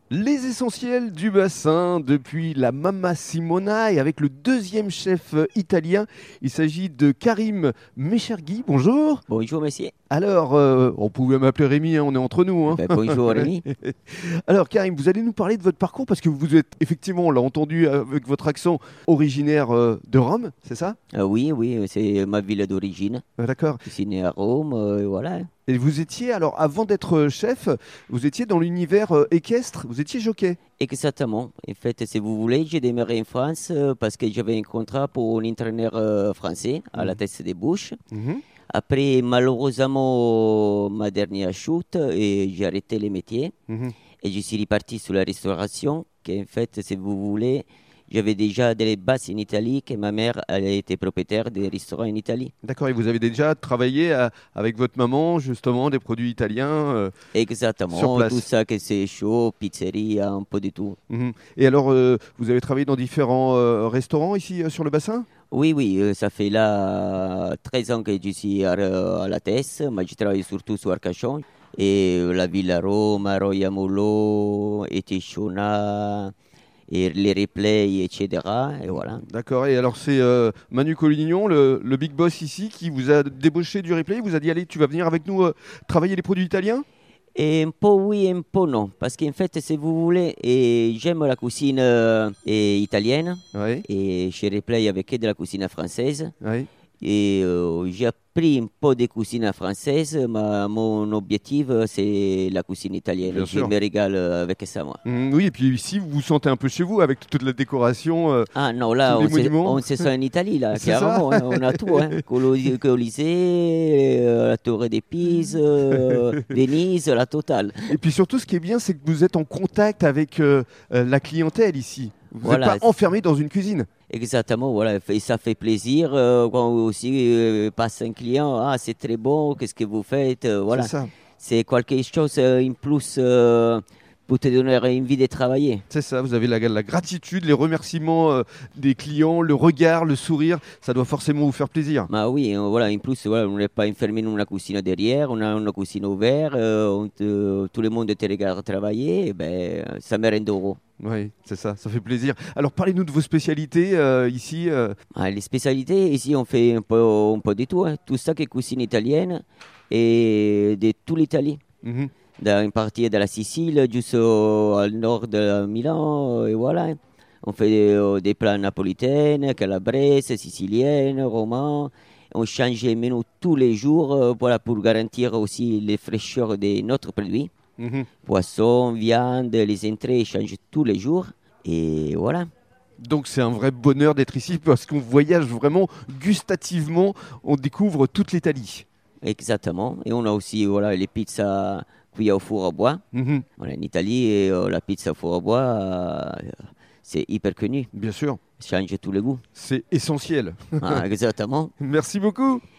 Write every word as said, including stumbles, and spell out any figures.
Les essentiels du bassin depuis la Mamma Simona et avec le deuxième chef euh, italien. Il s'agit de Karim Mecherghi. Bonjour. Bonjour monsieur. Alors, euh, on pouvait m'appeler Rémi, hein, on est entre nous, Eh hein. ben, bonjour Rémi. Alors Karim, vous allez nous parler de votre parcours parce que vous êtes effectivement, on l'a entendu avec votre accent, originaire euh, de Rome, c'est ça? Euh, oui, oui, c'est ma ville d'origine. Ah, d'accord. Je suis né à Rome, euh, et voilà. Et vous étiez, alors avant d'être euh, chef, vous étiez dans l'univers euh, équestre, vous étiez jockey. Exactement. En fait, si vous voulez, j'ai démarré en France euh, parce que j'avais un contrat pour un entraîneur euh, français à la Mhm. tête des Bouches. Mhm. Après, malheureusement, ma dernière chute, et j'ai arrêté le métier. Mhm. Et je suis reparti sur la restauration, qui en fait, si vous voulez, j'avais déjà des bases en Italie, que ma mère elle était propriétaire des restaurants en Italie. D'accord, et vous avez déjà travaillé à- avec votre maman, justement, des produits italiens euh, sur Exactement, tout place. ça que c'est chaud, pizzeria, un peu de tout. Mhm. Et alors, euh, vous avez travaillé dans différents euh, restaurants ici euh, sur le bassin? Oui, oui, euh, ça fait là treize ans que je suis à, à la Tesse, mais je travaille surtout sur Arcachon. Et euh, la Villa Roma, Roya Molo, Etechona, et les replays, et cetera. Et voilà. D'accord, et alors c'est euh, Manu Collignon, le, le big boss ici, qui vous a débauché du replay, il vous a dit, allez, tu vas venir avec nous euh, travailler les produits italiens? Et un peu oui, un peu non. Parce qu'en fait, si vous voulez, et j'aime la cuisine euh, et italienne. Oui, Et chez Replay avec de la cuisine française. oui, Et euh, j'ai appris un peu de cuisine française, mais mon objectif, euh, c'est la cuisine italienne. bien Je sûr. me régale euh, avec ça, moi. Mhm, oui, et puis ici, vous vous sentez un peu chez vous avec toute la décoration, euh, Ah non, tous là, les on se, monuments. on se sent en Italie, là, C'est ça? carrément. Hein, on a tout, hein. Colo- Colisée, euh, la Tour des Pise, euh, Venise, la totale. Et puis surtout, ce qui est bien, c'est que vous êtes en contact avec euh, euh, la clientèle ici. Vous n'êtes pas Voilà, enfermé dans une cuisine. exactement, voilà. Et ça fait plaisir euh, quand aussi euh, passe un client. Ah, c'est très bon, qu'est-ce que vous faites? Euh, C'est Voilà. ça. C'est quelque chose euh, en plus euh, pour te donner envie de travailler. C'est ça. Vous avez la, la gratitude, les remerciements euh, des clients, le regard, le sourire. Ça doit forcément vous faire plaisir. Bah oui, euh, voilà, en plus, voilà, on n'est pas enfermé dans la cuisine derrière, on a une cuisine ouverte, euh, on te- tout le monde te regarde travailler, et ben, ça me rend heureux. Oui, c'est ça. Ça fait plaisir. Alors, parlez-nous de vos spécialités euh, ici. euh. Ah, les spécialités, ici, on fait un peu, un peu de tout, hein. Tout ça qui est cuisine italienne et de toute l'Italie. Mhm. Dans une partie de la Sicile, juste au, au nord de Milan, et voilà, hein. On fait des, euh, des plats napolitains, calabraises, siciliennes, romans. On change les menus tous les jours euh, voilà, pour garantir aussi les fraîcheurs de notre produit. Mhm. Poisson, viande, les entrées changent tous les jours. Et voilà, Donc, c'est un vrai bonheur d'être ici parce qu'on voyage vraiment gustativement. On découvre toute l'Italie. exactement. Et on a aussi voilà, les pizzas cuites au four à bois. Mhm. Voilà, en Italie, et, euh, la pizza au four à bois, euh, c'est hyper connu. Bien sûr. Ça change tous les goûts. C'est essentiel. Ah, exactement. Merci beaucoup.